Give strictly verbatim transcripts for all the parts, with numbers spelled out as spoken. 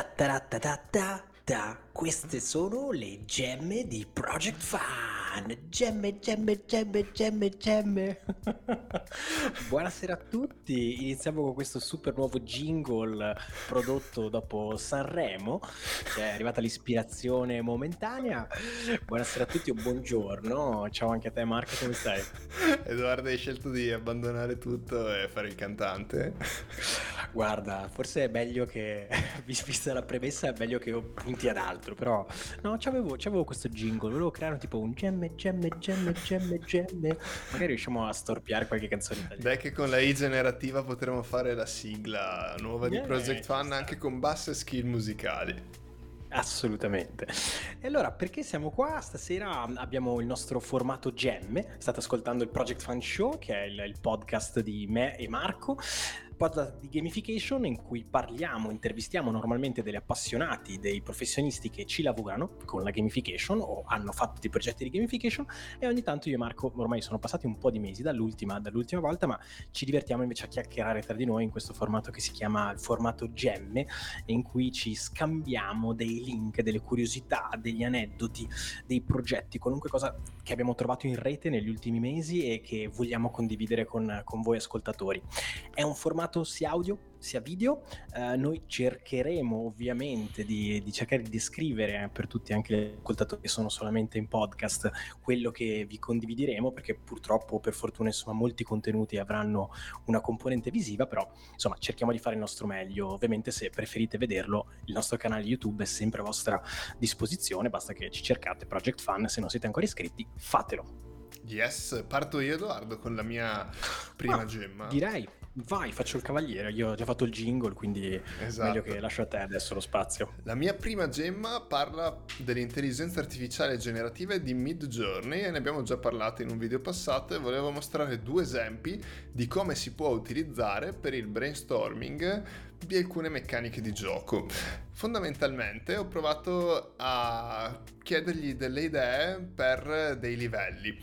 Ta ta ta ta ta ta ta. Queste sono le gemme di Project Fan. Gemme, gemme, gemme, gemme, gemme. Buonasera a tutti. Iniziamo con questo super nuovo jingle prodotto dopo Sanremo, che è arrivata l'ispirazione momentanea. Buonasera a tutti o buongiorno. Ciao anche a te, Marco, come stai? Edoardo, hai scelto di abbandonare tutto e fare il cantante? Guarda, forse è meglio che, vista la premessa, è meglio che io punti ad altro, però no, c'avevo, c'avevo questo jingle, volevo creare tipo un gemme, gemme, gemme, gemme, gemme, magari riusciamo a storpiare qualche canzone italiana. Dai che con la I generativa potremo fare la sigla nuova di Eh, Project ci Fan sta. anche con basse skill musicali. Assolutamente. E allora, perché siamo qua? Stasera abbiamo il nostro formato Gemme. State ascoltando il Project Fan Show, che è il, il podcast di me e Marco, podcast di gamification in cui parliamo, intervistiamo normalmente degli appassionati, dei professionisti che ci lavorano con la gamification o hanno fatto dei progetti di gamification, e ogni tanto io e Marco, ormai sono passati un po' di mesi dall'ultima, dall'ultima volta, ma ci divertiamo invece a chiacchierare tra di noi in questo formato che si chiama il formato Gemme, in cui ci scambiamo dei link, delle curiosità, degli aneddoti, dei progetti, qualunque cosa che abbiamo trovato in rete negli ultimi mesi e che vogliamo condividere con, con voi ascoltatori. È un formato sia audio sia video. Eh, noi cercheremo ovviamente di, di cercare di descrivere per tutti anche gli ascoltatori che sono solamente in podcast quello che vi condivideremo, perché purtroppo, per fortuna, insomma, molti contenuti avranno una componente visiva, però insomma cerchiamo di fare il nostro meglio. Ovviamente, se preferite vederlo, il nostro canale YouTube è sempre a vostra disposizione, basta che ci cercate Project Fan. Se non siete ancora iscritti, fatelo. Yes, parto io Edoardo con la mia prima Ah, gemma. direi, vai, faccio il cavaliere. Io ho già fatto il jingle, quindi meglio che Esatto. lascio a te adesso lo spazio. La mia prima gemma parla dell'intelligenza artificiale generativa e di Midjourney, e ne abbiamo già parlato in un video passato, e volevo mostrare due esempi di come si può utilizzare per il brainstorming di alcune meccaniche di gioco. Fondamentalmente ho provato a chiedergli delle idee per dei livelli.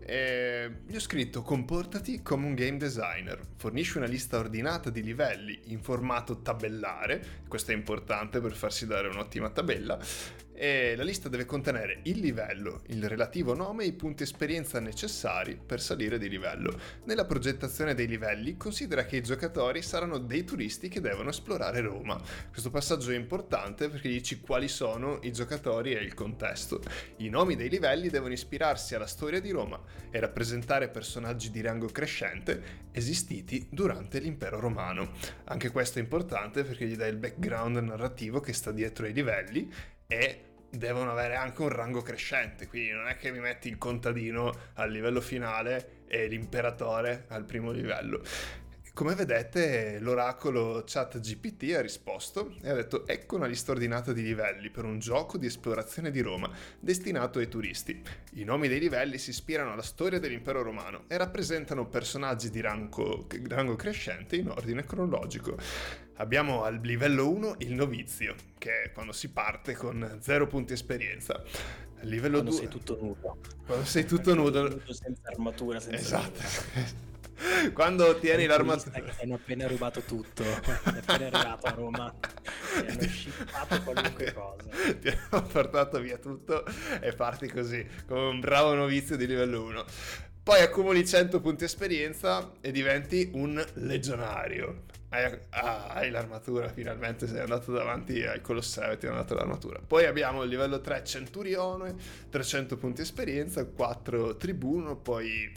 E gli ho scritto: comportati come un game designer, fornisci una lista ordinata di livelli in formato tabellare, questo è importante per farsi dare un'ottima tabella, e la lista deve contenere il livello, il relativo nome e i punti esperienza necessari per salire di livello. Nella progettazione dei livelli considera che i giocatori saranno dei turisti che devono esplorare Roma. Questo passaggio è importante perché dici quali sono i giocatori e il contesto. I nomi dei livelli devono ispirarsi alla storia di Roma e rappresentare personaggi di rango crescente esistiti durante l'impero romano. Anche questo è importante perché gli dai il background narrativo che sta dietro ai livelli, e devono avere anche un rango crescente, quindi non è che mi metti il contadino al livello finale e l'imperatore al primo livello. Come vedete, l'oracolo ChatGPT ha risposto e ha detto: ecco una lista ordinata di livelli per un gioco di esplorazione di Roma destinato ai turisti. I nomi dei livelli si ispirano alla storia dell'impero romano e rappresentano personaggi di rango, rango crescente in ordine cronologico. Abbiamo al livello uno il novizio, che è quando si parte con zero punti esperienza. Al livello Quando due... sei tutto nudo. Quando sei tutto nudo. nudo senza armatura, senza Esatto. nulla. Quando tieni Un l'armatura. turista che ti hanno appena rubato tutto, è appena arrivato a Roma, ti hanno scippato qualunque cosa. Ti hanno portato via tutto e parti così, come un bravo novizio di livello uno. Poi accumuli cento punti esperienza e diventi un legionario. Hai, ah, hai l'armatura, finalmente sei andato davanti al Colosseo e ti hanno dato l'armatura. Poi abbiamo il livello tre Centurione, trecento punti esperienza, quattro Tribuno, poi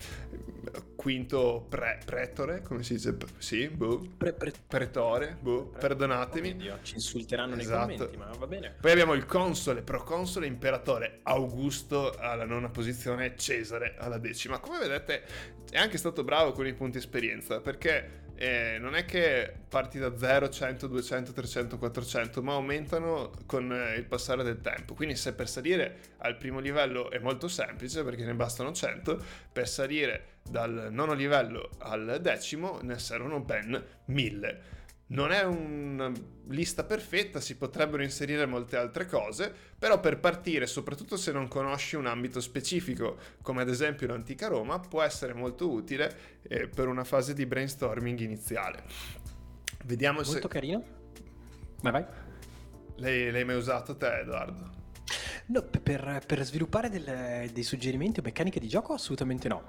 quinto pre, Pretore, come si dice? Sì, boh. Pre, pre, Pretore, boh, pre, perdonatemi. Oh Dio, ci insulteranno Esatto. nei commenti, ma va bene. Poi abbiamo il console, proconsole, imperatore, Augusto alla nona posizione, Cesare alla decima. Come vedete è anche stato bravo con i punti esperienza, perché eh, non è che parti da zero, cento, duecento, trecento, quattrocento, ma aumentano con eh, il passare del tempo. Quindi se per salire al primo livello è molto semplice perché ne bastano cento, per salire dal nono livello al decimo ne servono ben mille. Non è una lista perfetta, si potrebbero inserire molte altre cose, però per partire, soprattutto se non conosci un ambito specifico, come ad esempio l'antica Roma, può essere molto utile eh, per una fase di brainstorming iniziale. Vediamo Molto se... carino. Vai, vai. L'hai, l'hai mai usato te, Edoardo? No, pe- per, per sviluppare del- dei suggerimenti o meccaniche di gioco assolutamente no,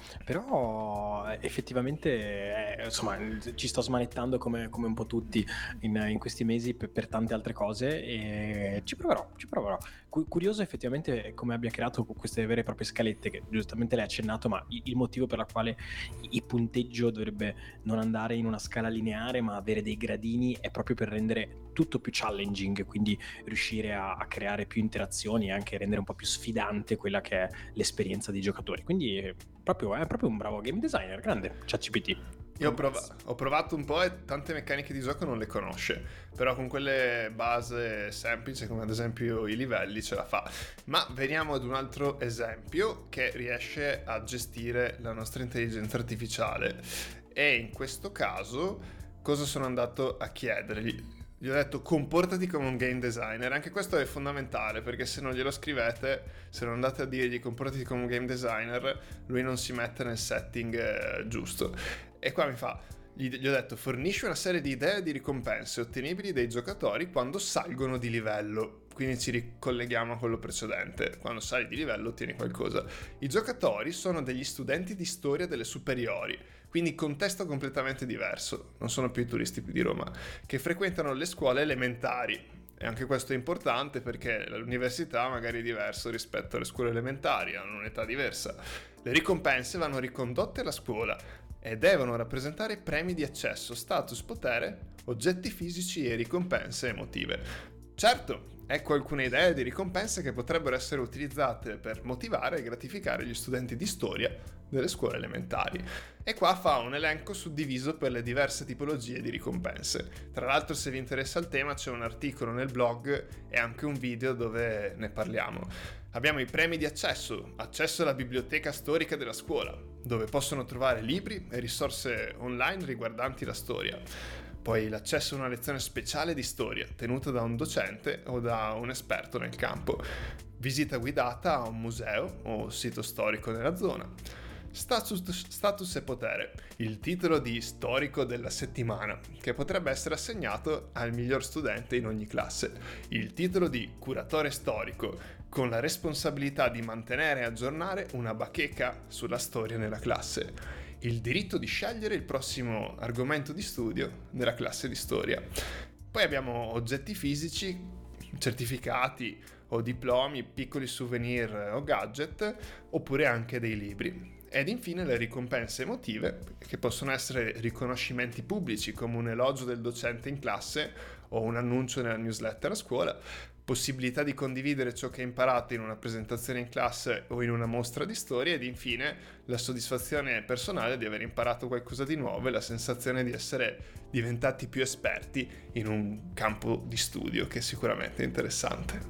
però eh, effettivamente eh, insomma ci sto smanettando come, come un po' tutti in, in questi mesi per, per tante altre cose e ci proverò, ci proverò. Cu- curioso effettivamente come abbia creato queste vere e proprie scalette che giustamente lei ha accennato, ma il, il motivo per la quale il punteggio dovrebbe non andare in una scala lineare ma avere dei gradini è proprio per rendere tutto più challenging, quindi riuscire a, a creare più interazioni e anche rendere un po' più sfidante quella che è l'esperienza dei giocatori. Quindi è proprio, è proprio un bravo game designer, grande ChatGPT. Io ho, prov- ho provato un po' e tante meccaniche di gioco non le conosce, però con quelle base semplici come ad esempio i livelli ce la fa. Ma veniamo ad un altro esempio che riesce a gestire la nostra intelligenza artificiale e in questo caso cosa sono andato a chiedergli? Gli ho detto comportati come un game designer, anche questo è fondamentale perché se non glielo scrivete, se non andate a dirgli comportati come un game designer, lui non si mette nel setting eh, giusto. E qua mi fa, gli, gli ho detto fornisci una serie di idee di ricompense ottenibili dai giocatori quando salgono di livello. Quindi ci ricolleghiamo a quello precedente, quando sali di livello ottieni qualcosa. I giocatori sono degli studenti di storia delle superiori, quindi contesto completamente diverso, non sono più i turisti di Roma, che frequentano le scuole elementari. E anche questo è importante perché l'università magari è diverso rispetto alle scuole elementari, hanno un'età diversa. Le ricompense vanno ricondotte alla scuola e devono rappresentare premi di accesso, status, potere, oggetti fisici e ricompense emotive. Certo, ecco alcune idee di ricompense che potrebbero essere utilizzate per motivare e gratificare gli studenti di storia delle scuole elementari. E qua fa un elenco suddiviso per le diverse tipologie di ricompense. Tra l'altro, se vi interessa il tema, c'è un articolo nel blog e anche un video dove ne parliamo. Abbiamo i premi di accesso, accesso alla biblioteca storica della scuola, dove possono trovare libri e risorse online riguardanti la storia. Poi l'accesso a una lezione speciale di storia, tenuta da un docente o da un esperto nel campo. Visita guidata a un museo o sito storico nella zona. Status, status e potere, il titolo di storico della settimana, che potrebbe essere assegnato al miglior studente in ogni classe. Il titolo di curatore storico, con la responsabilità di mantenere e aggiornare una bacheca sulla storia nella classe. Il diritto di scegliere il prossimo argomento di studio nella classe di storia. Poi abbiamo oggetti fisici, certificati o diplomi, piccoli souvenir o gadget, oppure anche dei libri. Ed infine le ricompense emotive, che possono essere riconoscimenti pubblici come un elogio del docente in classe o un annuncio nella newsletter a scuola, possibilità di condividere ciò che hai imparato in una presentazione in classe o in una mostra di storia ed infine la soddisfazione personale di aver imparato qualcosa di nuovo e la sensazione di essere diventati più esperti in un campo di studio che è sicuramente interessante.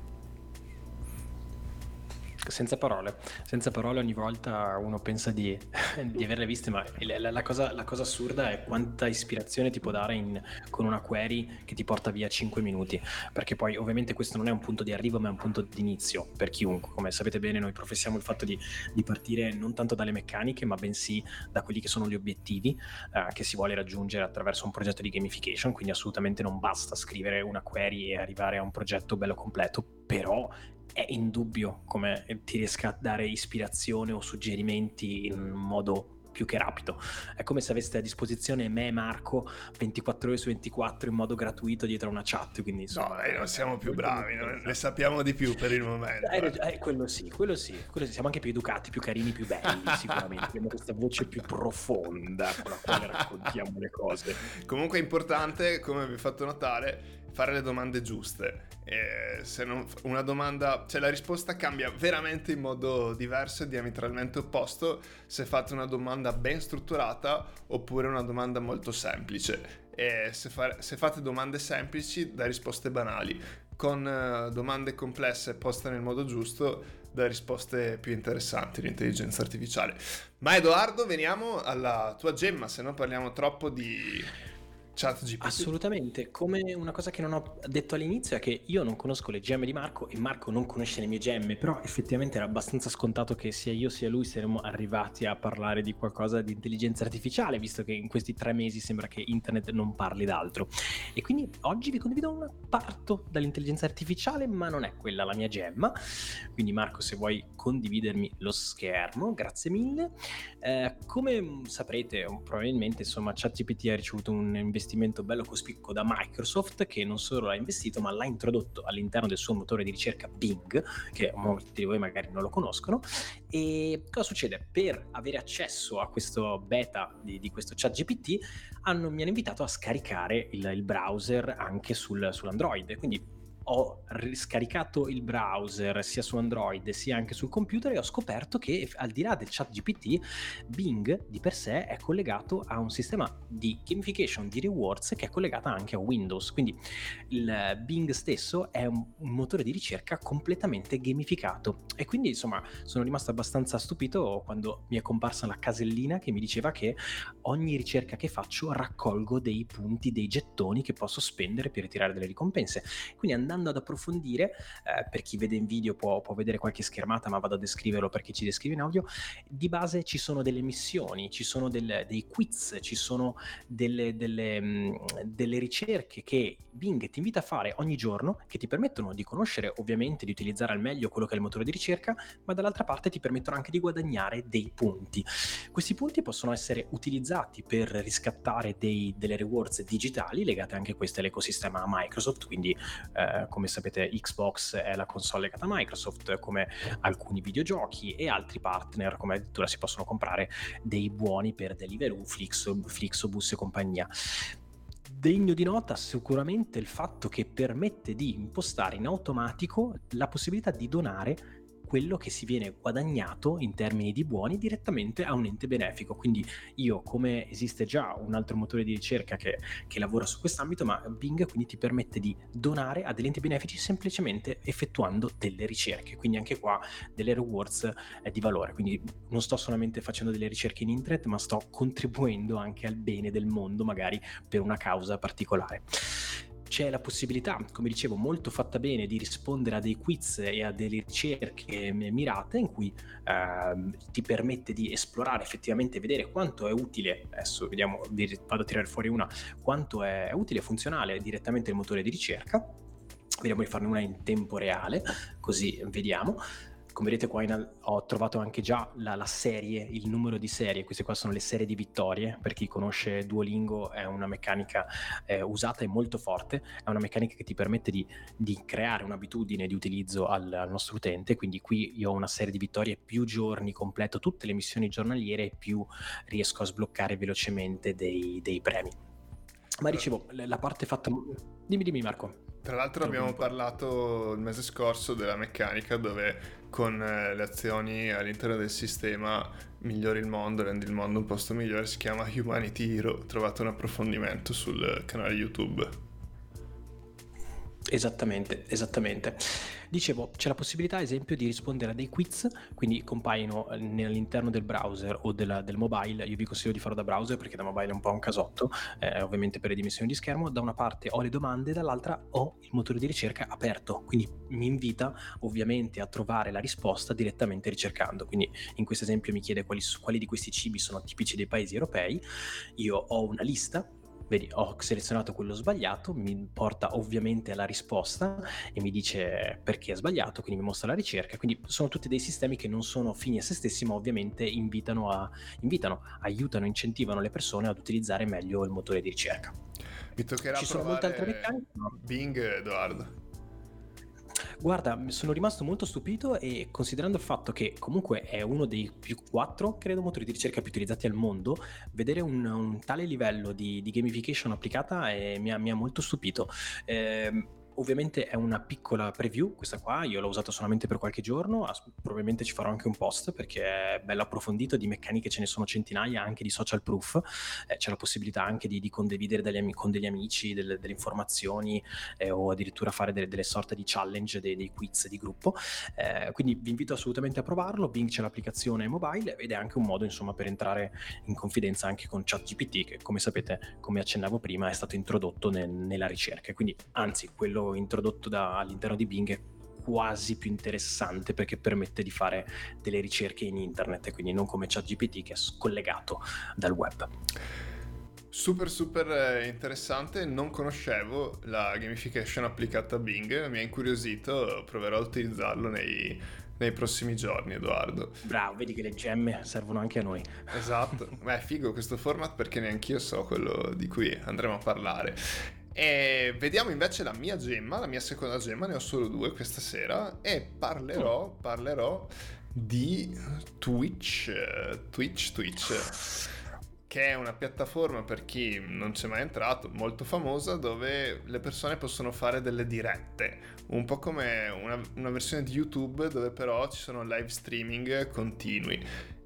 Senza parole, senza parole ogni volta uno pensa di, di averle viste, ma la, la, cosa, la cosa assurda è quanta ispirazione ti può dare in, con una query che ti porta via cinque minuti, perché poi ovviamente questo non è un punto di arrivo ma è un punto di inizio per chiunque. Come sapete bene noi professiamo il fatto di, di partire non tanto dalle meccaniche ma bensì da quelli che sono gli obiettivi eh, che si vuole raggiungere attraverso un progetto di gamification, quindi assolutamente non basta scrivere una query e arrivare a un progetto bello completo, però è indubbio come ti riesca a dare ispirazione o suggerimenti in modo più che rapido. È come se aveste a disposizione me e Marco ventiquattro ore su ventiquattro in modo gratuito dietro una chat, quindi insomma, no, eh, non siamo più bravi, no? ne sappiamo di più per il momento. Eh, eh, quello sì, quello sì, quello sì, siamo anche più educati, più carini, più belli, sicuramente. Abbiamo questa voce più profonda con la quale raccontiamo le cose. Comunque è importante, come vi ho fatto notare, fare le domande giuste. E se non una domanda, cioè la risposta cambia veramente in modo diverso e diametralmente opposto se fate una domanda ben strutturata oppure una domanda molto semplice. E se, fare, se fate domande semplici da risposte banali, con uh, domande complesse poste nel modo giusto da risposte più interessanti l'intelligenza artificiale. Ma Edoardo, veniamo alla tua gemma, se no parliamo troppo di ChatGPT. Assolutamente, come una cosa che non ho detto all'inizio è che io non conosco le gemme di Marco e Marco non conosce le mie gemme, però effettivamente era abbastanza scontato che sia io sia lui saremmo arrivati a parlare di qualcosa di intelligenza artificiale, visto che in questi tre mesi sembra che internet non parli d'altro. E quindi oggi vi condivido un parto dall'intelligenza artificiale, ma non è quella la mia gemma. Quindi Marco, se vuoi condividermi lo schermo, grazie mille. Eh, come saprete, probabilmente, insomma, ChatGPT ha ricevuto un investimento bello cospicuo da Microsoft, che non solo l'ha investito ma l'ha introdotto all'interno del suo motore di ricerca Bing, che molti di voi magari non lo conoscono. E cosa succede? Per avere accesso a questo beta di, di questo ChatGPT hanno, mi hanno invitato a scaricare il, il browser anche sul, sull'Android, quindi ho riscaricato il browser sia su Android sia anche sul computer e ho scoperto che al di là del ChatGPT, Bing di per sé è collegato a un sistema di gamification di rewards che è collegata anche a Windows, quindi il Bing stesso è un, un motore di ricerca completamente gamificato. E quindi insomma sono rimasto abbastanza stupito quando mi è comparsa la casellina che mi diceva che ogni ricerca che faccio raccolgo dei punti, dei gettoni che posso spendere per ritirare delle ricompense. Quindi andando ad approfondire, eh, per chi vede in video può, può vedere qualche schermata, ma vado a descriverlo per chi ci descrive in audio. Di base ci sono delle missioni, ci sono del, dei quiz, ci sono delle, delle, mh, delle ricerche che Bing ti invita a fare ogni giorno, che ti permettono di conoscere, ovviamente di utilizzare al meglio quello che è il motore di ricerca, ma dall'altra parte ti permettono anche di guadagnare dei punti. Questi punti possono essere utilizzati per riscattare dei, delle rewards digitali legate anche queste all'ecosistema Microsoft, quindi eh, come sapete Xbox è la console legata a Microsoft, come alcuni videogiochi, e altri partner, come addirittura si possono comprare dei buoni per Deliveroo, Flix, Flixobus e compagnia. Degno di nota sicuramente il fatto che permette di impostare in automatico la possibilità di donare quello che si viene guadagnato in termini di buoni direttamente a un ente benefico. Quindi io, come esiste già un altro motore di ricerca che, che lavora su quest'ambito, ma Bing quindi ti permette di donare a degli enti benefici semplicemente effettuando delle ricerche, quindi anche qua delle rewards eh, di valore. Quindi non sto solamente facendo delle ricerche in internet, ma sto contribuendo anche al bene del mondo, magari per una causa particolare. C'è la possibilità, come dicevo, molto fatta bene, di rispondere a dei quiz e a delle ricerche mirate in cui eh, ti permette di esplorare effettivamente, vedere quanto è utile, adesso vediamo, vado a tirare fuori una, quanto è utile e funzionale direttamente il motore di ricerca. Vediamo di farne una in tempo reale, così vediamo. Come vedete qua in, ho trovato anche già la, la serie, il numero di serie. Queste qua sono le serie di vittorie. Per chi conosce Duolingo è una meccanica eh, usata e molto forte, è una meccanica che ti permette di, di creare un'abitudine di utilizzo al, al nostro utente. Quindi qui io ho una serie di vittorie, più giorni completo tutte le missioni giornaliere, più riesco a sbloccare velocemente dei, dei premi. Ma dicevo, la parte fatta... Dimmi, dimmi Marco. Tra l'altro abbiamo parlato il mese scorso della meccanica dove con le azioni all'interno del sistema migliori il mondo, rendi il mondo un posto migliore, si chiama Humanity Hero. Trovate un approfondimento sul canale YouTube. Esattamente, esattamente. Dicevo, c'è la possibilità, ad esempio, di rispondere a dei quiz, quindi compaiono all'interno del browser o della, del mobile. Io vi consiglio di farlo da browser perché da mobile è un po' un casotto, eh, ovviamente per le dimensioni di schermo. Da una parte ho le domande, dall'altra ho il motore di ricerca aperto, quindi mi invita ovviamente a trovare la risposta direttamente ricercando. Quindi in questo esempio mi chiede quali, quali di questi cibi sono tipici dei paesi europei. Io ho una lista. Vedi, ho selezionato quello sbagliato, mi porta ovviamente alla risposta e mi dice perché è sbagliato, quindi mi mostra la ricerca. Quindi sono tutti dei sistemi che non sono fini a se stessi, ma ovviamente invitano, a, invitano aiutano, incentivano le persone ad utilizzare meglio il motore di ricerca. Mi toccherà Ci sono molte altre meccaniche. Bing, Edoardo. Guarda, sono rimasto molto stupito, e considerando il fatto che comunque è uno dei più quattro, credo, motori di ricerca più utilizzati al mondo, vedere un, un tale livello di, di gamification applicata è, mi, ha, mi ha molto stupito. Eh, ovviamente è una piccola preview questa qua, io l'ho usata solamente per qualche giorno, as- probabilmente ci farò anche un post perché è bello approfondito, di meccaniche ce ne sono centinaia, anche di social proof, eh, c'è la possibilità anche di, di condividere degli ami- con degli amici delle, delle informazioni, eh, o addirittura fare delle, delle sorte di challenge, dei, dei quiz di gruppo, eh, quindi vi invito assolutamente a provarlo. Bing c'è l'applicazione mobile ed è anche un modo insomma per entrare in confidenza anche con ChatGPT, che come sapete, come accennavo prima, è stato introdotto nel, nella ricerca, quindi anzi quello introdotto da, all'interno di Bing è quasi più interessante perché permette di fare delle ricerche in internet, quindi non come ChatGPT che è scollegato dal web. Super super interessante, non conoscevo la gamification applicata a Bing, mi ha incuriosito, proverò a utilizzarlo nei, nei prossimi giorni, Edoardo. Bravo, vedi che le gemme servono anche a noi. Esatto, beh, è figo questo format perché neanch'io so quello di cui andremo a parlare. E vediamo invece la mia gemma, la mia seconda gemma, ne ho solo due questa sera e parlerò, Mm. parlerò di Twitch, Twitch, Twitch, che è una piattaforma, per chi non c'è mai entrato, molto famosa, dove le persone possono fare delle dirette, un po' come una, una versione di YouTube dove però ci sono live streaming continui.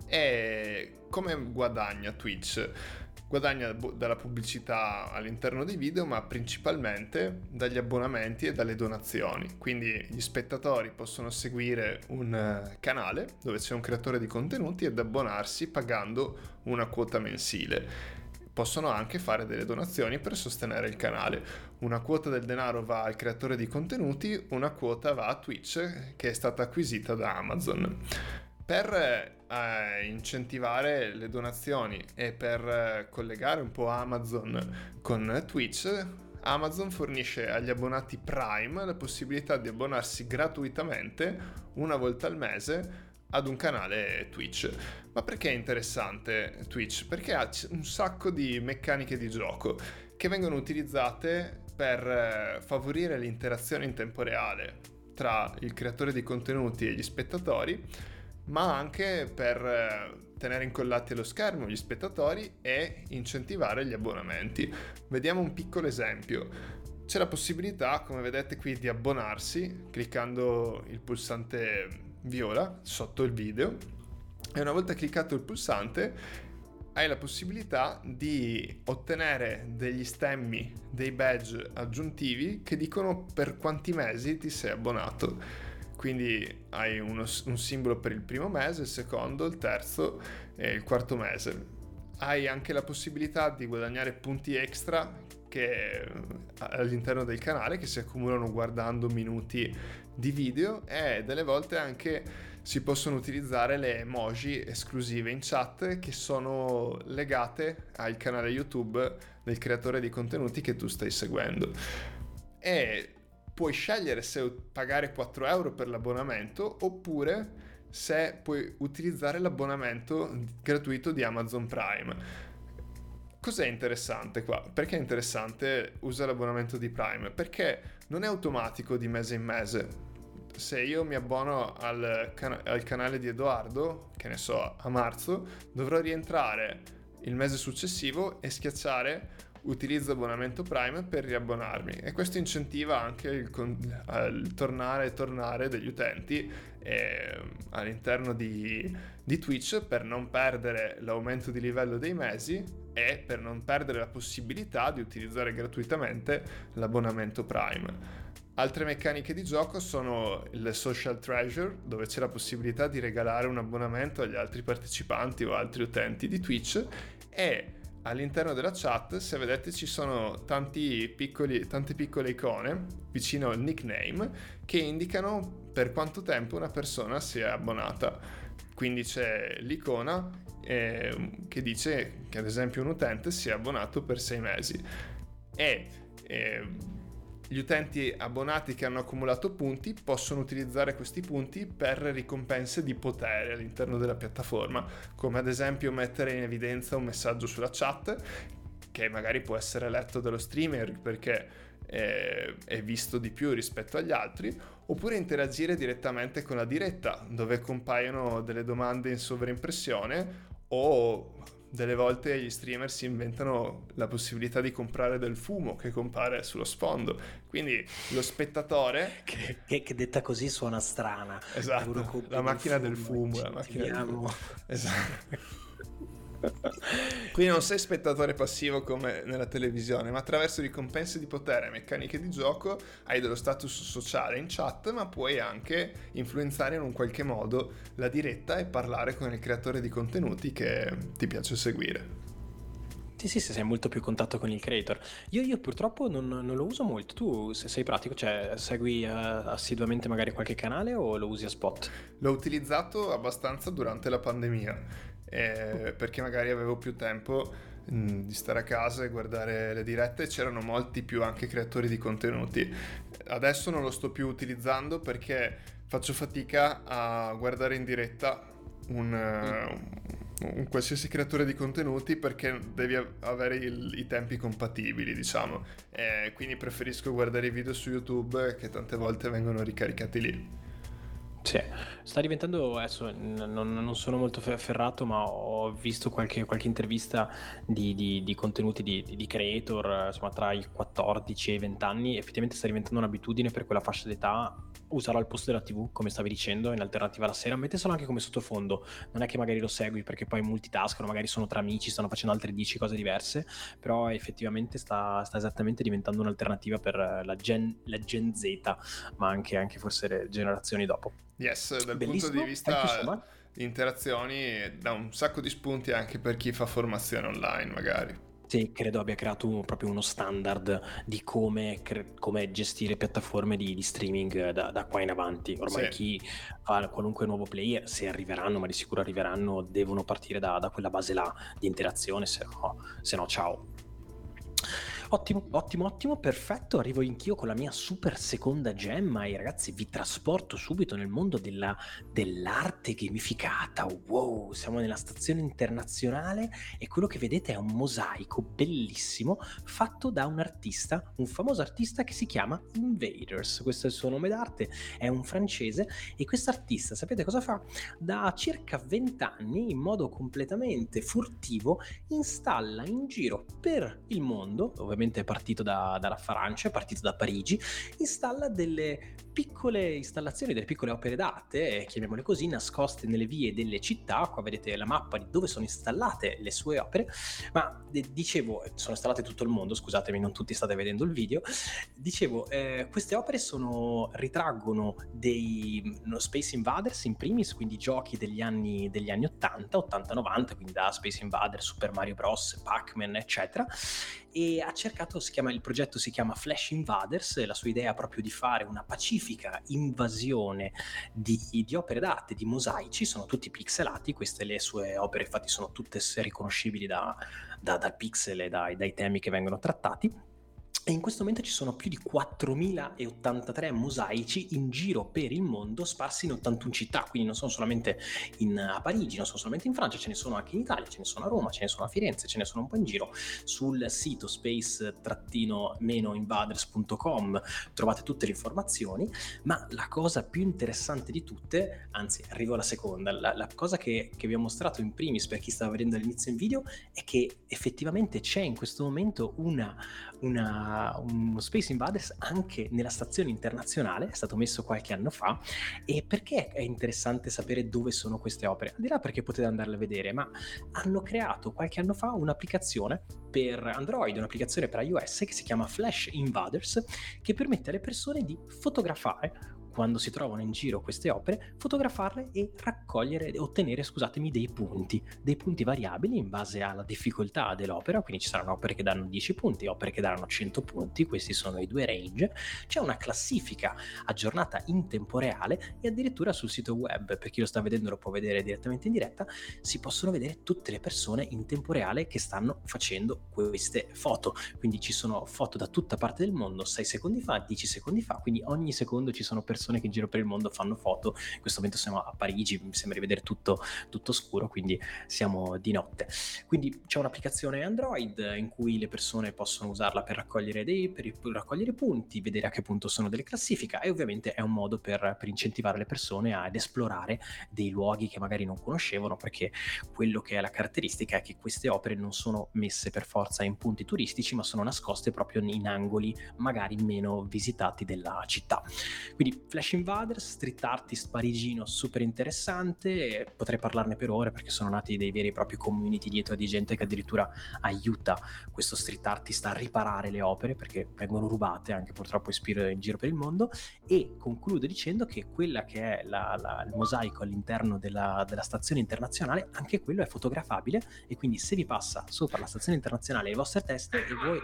E come guadagna Twitch? Guadagna dalla pubblicità all'interno dei video, ma principalmente dagli abbonamenti e dalle donazioni. Quindi gli spettatori possono seguire un canale dove c'è un creatore di contenuti ed abbonarsi pagando una quota mensile. Possono anche fare delle donazioni per sostenere il canale. Una quota del denaro va al creatore di contenuti, una quota va a Twitch, che è stata acquisita da Amazon. Per eh, incentivare le donazioni e per eh, collegare un po' Amazon con Twitch, Amazon fornisce agli abbonati Prime la possibilità di abbonarsi gratuitamente una volta al mese ad un canale Twitch. Ma perché è interessante Twitch? Perché ha un sacco di meccaniche di gioco che vengono utilizzate per eh, favorire l'interazione in tempo reale tra il creatore di contenuti e gli spettatori, ma anche per tenere incollati allo schermo gli spettatori e incentivare gli abbonamenti. Vediamo un piccolo esempio. C'è la possibilità, come vedete qui, di abbonarsi cliccando il pulsante viola sotto il video, e una volta cliccato il pulsante hai la possibilità di ottenere degli stemmi, dei badge aggiuntivi che dicono per quanti mesi ti sei abbonato. Quindi hai uno, un simbolo per il primo mese, il secondo, il terzo e il quarto mese. Hai anche la possibilità di guadagnare punti extra che all'interno del canale, che si accumulano guardando minuti di video, e delle volte anche si possono utilizzare le emoji esclusive in chat che sono legate al canale YouTube del creatore di contenuti che tu stai seguendo. E puoi scegliere se pagare quattro euro per l'abbonamento oppure se puoi utilizzare l'abbonamento gratuito di Amazon Prime. Cos'è interessante qua? Perché è interessante usare l'abbonamento di Prime? Perché non è automatico di mese in mese. Se io mi abbono al, can- al canale di Edoardo, che ne so, a marzo, dovrò rientrare il mese successivo e schiacciare utilizzo abbonamento Prime per riabbonarmi, e questo incentiva anche il, con- il tornare e tornare degli utenti eh, all'interno di, di Twitch, per non perdere l'aumento di livello dei mesi e per non perdere la possibilità di utilizzare gratuitamente l'abbonamento Prime. Altre meccaniche di gioco sono il Social Treasure, dove c'è la possibilità di regalare un abbonamento agli altri partecipanti o altri utenti di Twitch, e all'interno della chat, se vedete, ci sono tanti piccoli, tante piccole icone vicino al nickname che indicano per quanto tempo una persona si è abbonata. Quindi c'è l'icona eh, che dice che ad esempio un utente si è abbonato per sei mesi, e eh, gli utenti abbonati che hanno accumulato punti possono utilizzare questi punti per ricompense di potere all'interno della piattaforma, come ad esempio mettere in evidenza un messaggio sulla chat che magari può essere letto dallo streamer perché è, è visto di più rispetto agli altri, oppure interagire direttamente con la diretta dove compaiono delle domande in sovraimpressione o delle volte gli streamer si inventano la possibilità di comprare del fumo che compare sullo sfondo, quindi lo spettatore che, che, che detta così suona strana. esatto, la macchina del fumo, la macchina del fumo. Esatto. Quindi non sei spettatore passivo come nella televisione, ma attraverso ricompense di potere e meccaniche di gioco hai dello status sociale in chat, ma puoi anche influenzare in un qualche modo la diretta e parlare con il creatore di contenuti che ti piace seguire. Sì, sì, sì, sei molto più a contatto con il creator. Io, io purtroppo non, non lo uso molto. Tu se sei pratico, cioè segui uh, assiduamente magari qualche canale o lo usi a spot? L'ho utilizzato abbastanza durante la pandemia, eh, perché magari avevo più tempo mh, di stare a casa e guardare le dirette, c'erano molti più anche creatori di contenuti. Adesso non lo sto più utilizzando perché faccio fatica a guardare in diretta un... Uh, un qualsiasi creatore di contenuti perché devi avere il, i tempi compatibili, diciamo, e quindi preferisco guardare i video su YouTube che tante volte vengono ricaricati lì. Sì, sta diventando, adesso non, non sono molto ferrato, ma ho visto qualche, qualche intervista di, di, di contenuti di, di creator, insomma tra i quattordici e i venti anni, effettivamente sta diventando un'abitudine per quella fascia d'età usarlo al posto della tivù, come stavi dicendo, in alternativa alla sera, metteselo anche come sottofondo, non è che magari lo segui perché poi multitaskano, magari sono tra amici, stanno facendo altre dieci cose diverse, però effettivamente sta, sta esattamente diventando un'alternativa per la Gen, la Gen Z, ma anche, anche forse le generazioni dopo. Yes, dal Bellissimo, punto di vista so interazioni dà un sacco di spunti anche per chi fa formazione online magari. Sì, credo abbia creato un, proprio uno standard di come, cre- come gestire piattaforme di, di streaming da, da qua in avanti. Ormai Sì. chi fa qualunque nuovo player, se arriveranno, ma di sicuro arriveranno, devono partire da, da quella base là di interazione, se no, se no ciao. Ottimo, ottimo, ottimo, perfetto. Arrivo anch'io con la mia super seconda gemma e ragazzi vi trasporto subito nel mondo della, dell'arte gamificata. Wow, siamo nella stazione internazionale e quello che vedete è un mosaico bellissimo fatto da un artista, un famoso artista che si chiama Invaders. Questo è il suo nome d'arte, è un francese e questo artista, sapete cosa fa? Da circa venti anni, in modo completamente furtivo, installa in giro per il mondo, ovviamente è partito da, dalla Francia, è partito da Parigi, installa delle piccole installazioni, delle piccole opere d'arte, chiamiamole così, nascoste nelle vie delle città. Qua vedete la mappa di dove sono installate le sue opere, ma eh, dicevo, sono installate tutto il mondo, scusatemi, non tutti state vedendo il video, dicevo, eh, queste opere sono, ritraggono dei no, Space Invaders in primis, quindi giochi degli anni, degli anni ottanta, ottanta novanta, quindi da Space Invaders, Super Mario Bros, Pac-Man, eccetera, e ha cercato, si chiama, il progetto si chiama Flash Invaders, la sua idea è proprio di fare una pacifica invasione di, di opere d'arte, di mosaici, sono tutti pixelati, queste le sue opere infatti sono tutte riconoscibili da, da, dal pixel e dai, dai temi che vengono trattati. E in questo momento ci sono più di quattromilaottantatré mosaici in giro per il mondo, sparsi in ottantuno città, quindi non sono solamente in, a Parigi, non sono solamente in Francia, ce ne sono anche in Italia, ce ne sono a Roma, ce ne sono a Firenze, ce ne sono un po' in giro. Sul sito space invaders punto com trovate tutte le informazioni, ma la cosa più interessante di tutte, anzi arrivo alla seconda, la, la cosa che, che vi ho mostrato in primis per chi stava vedendo all'inizio in video è che effettivamente c'è in questo momento una, una uno Space Invaders anche nella stazione internazionale, è stato messo qualche anno fa. E perché è interessante sapere dove sono queste opere? Al di là perché potete andarle a vedere, ma hanno creato qualche anno fa un'applicazione per Android, un'applicazione per iOS che si chiama Flash Invaders, che permette alle persone di fotografare quando si trovano in giro queste opere, fotografarle e raccogliere, ottenere, scusatemi, dei punti, dei punti variabili in base alla difficoltà dell'opera, quindi ci saranno opere che danno dieci punti, opere che danno cento punti, questi sono i due range, c'è una classifica aggiornata in tempo reale e addirittura sul sito web, per chi lo sta vedendo lo può vedere direttamente in diretta, si possono vedere tutte le persone in tempo reale che stanno facendo queste foto, quindi ci sono foto da tutta parte del mondo, sei secondi fa, dieci secondi fa, quindi ogni secondo ci sono persone persone che in giro per il mondo fanno foto. In questo momento siamo a Parigi, mi sembra di vedere tutto, tutto scuro, quindi siamo di notte. Quindi c'è un'applicazione Android in cui le persone possono usarla per raccogliere dei per raccogliere punti, vedere a che punto sono delle classifiche, e ovviamente è un modo per, per incentivare le persone ad esplorare dei luoghi che magari non conoscevano, perché quello che è la caratteristica è che queste opere non sono messe per forza in punti turistici, ma sono nascoste proprio in angoli magari meno visitati della città. Quindi Flash Invaders, street artist parigino super interessante, potrei parlarne per ore perché sono nati dei veri e propri community dietro di gente che addirittura aiuta questo street artist a riparare le opere, perché vengono rubate anche purtroppo in giro per il mondo. E concludo dicendo che quella che è la, la, il mosaico all'interno della, della stazione internazionale, anche quello è fotografabile, e quindi se vi passa sopra la stazione internazionale le vostre teste e voi,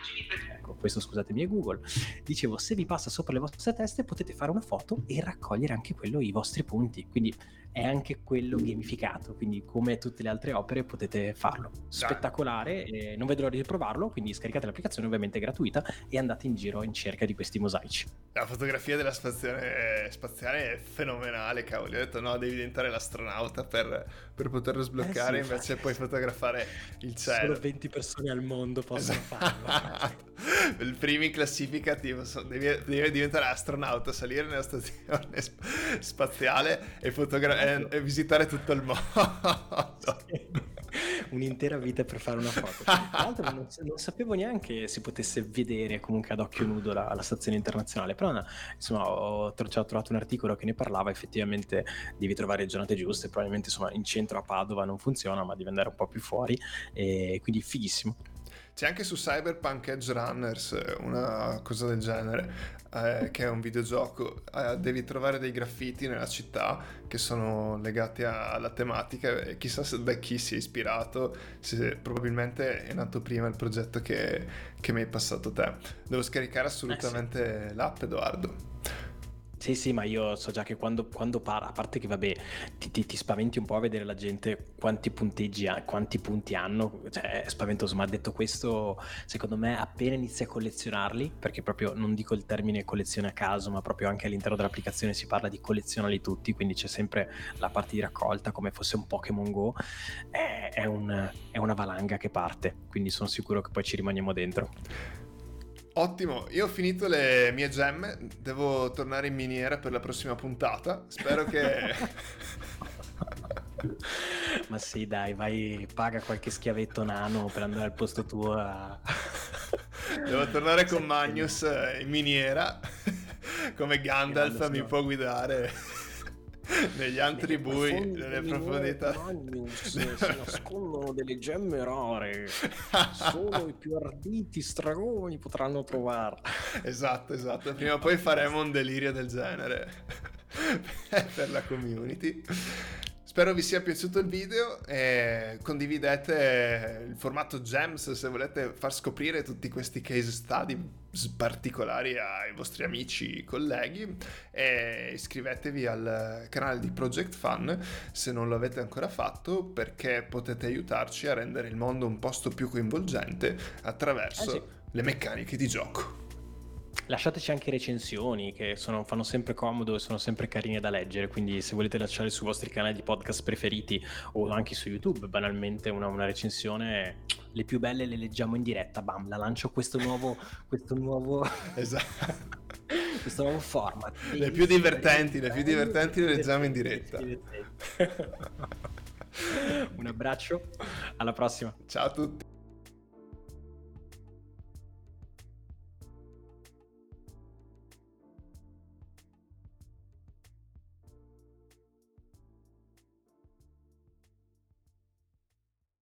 ecco questo scusatemi è Google, dicevo, se vi passa sopra le vostre teste potete fare una foto e raccogliere anche quello i vostri punti, quindi è anche quello gamificato, quindi come tutte le altre opere potete farlo. Spettacolare, eh, non vedo l'ora di provarlo, quindi scaricate l'applicazione, ovviamente gratuita, e andate in giro in cerca di questi mosaici. La fotografia della stazione spaziale è fenomenale, cavoli, ho detto no, devi diventare l'astronauta per, per poterlo sbloccare, eh sì, invece puoi fotografare il cielo. Solo venti persone al mondo possono farlo. Il primo in classifica, tipo, devi, devi diventare astronauta, salire nella stazione sp- spaziale e, fotogra- e, e visitare tutto il mondo. Sì. Un'intera vita per fare una foto. Tra l'altro non, non sapevo neanche si potesse vedere comunque ad occhio nudo la, la stazione internazionale, però insomma ho, ho trovato un articolo che ne parlava. Effettivamente devi trovare le giornate giuste, probabilmente insomma in centro a Padova non funziona, ma devi andare un po' più fuori, e quindi fighissimo. C'è anche su Cyberpunk Edge Runners una cosa del genere, eh, che è un videogioco. Eh, devi trovare dei graffiti nella città che sono legati a, alla tematica, e chissà se, da chi si è ispirato, se probabilmente è nato prima il progetto che, che mi hai passato te. Devo scaricare assolutamente eh sì. l'app, Edoardo. Sì, sì, ma io so già che quando, quando para, a parte che vabbè, ti, ti, ti spaventi un po' a vedere la gente quanti punteggi ha, quanti punti hanno, cioè è spaventoso, ma detto questo, secondo me appena inizi a collezionarli, perché proprio non dico il termine collezione a caso, ma proprio anche all'interno dell'applicazione si parla di collezionarli tutti, quindi c'è sempre la parte di raccolta come fosse un Pokémon Go, è, è, un, è una valanga che parte, quindi sono sicuro che poi ci rimaniamo dentro. Ottimo, io ho finito le mie gemme, devo tornare in miniera per la prossima puntata, spero che... Ma sì dai, vai, paga qualche schiavetto nano per andare al posto tuo a... Devo tornare con Magnus in miniera, come Gandalf mi può guidare negli antri bui, nelle profondità. Magnus, si nascondono delle gemme rare, solo i più arditi stragoni potranno trovarle. Esatto, esatto, prima o poi faremo un delirio del genere per la community. Spero vi sia piaciuto il video, e condividete il formato Gems se volete far scoprire tutti questi case study particolari ai vostri amici, colleghi, e iscrivetevi al canale di Project Fun se non lo avete ancora fatto, perché potete aiutarci a rendere il mondo un posto più coinvolgente attraverso eh sì. le meccaniche di gioco. Lasciateci anche recensioni che sono, fanno sempre comodo e sono sempre carine da leggere, quindi se volete lasciare sui vostri canali di podcast preferiti o anche su YouTube banalmente una, una recensione, le più belle le leggiamo in diretta, bam, la lancio questo nuovo questo nuovo esatto. questo nuovo format. Le più divertenti, le più divertenti le leggiamo in diretta. Un abbraccio, alla prossima. Ciao a tutti.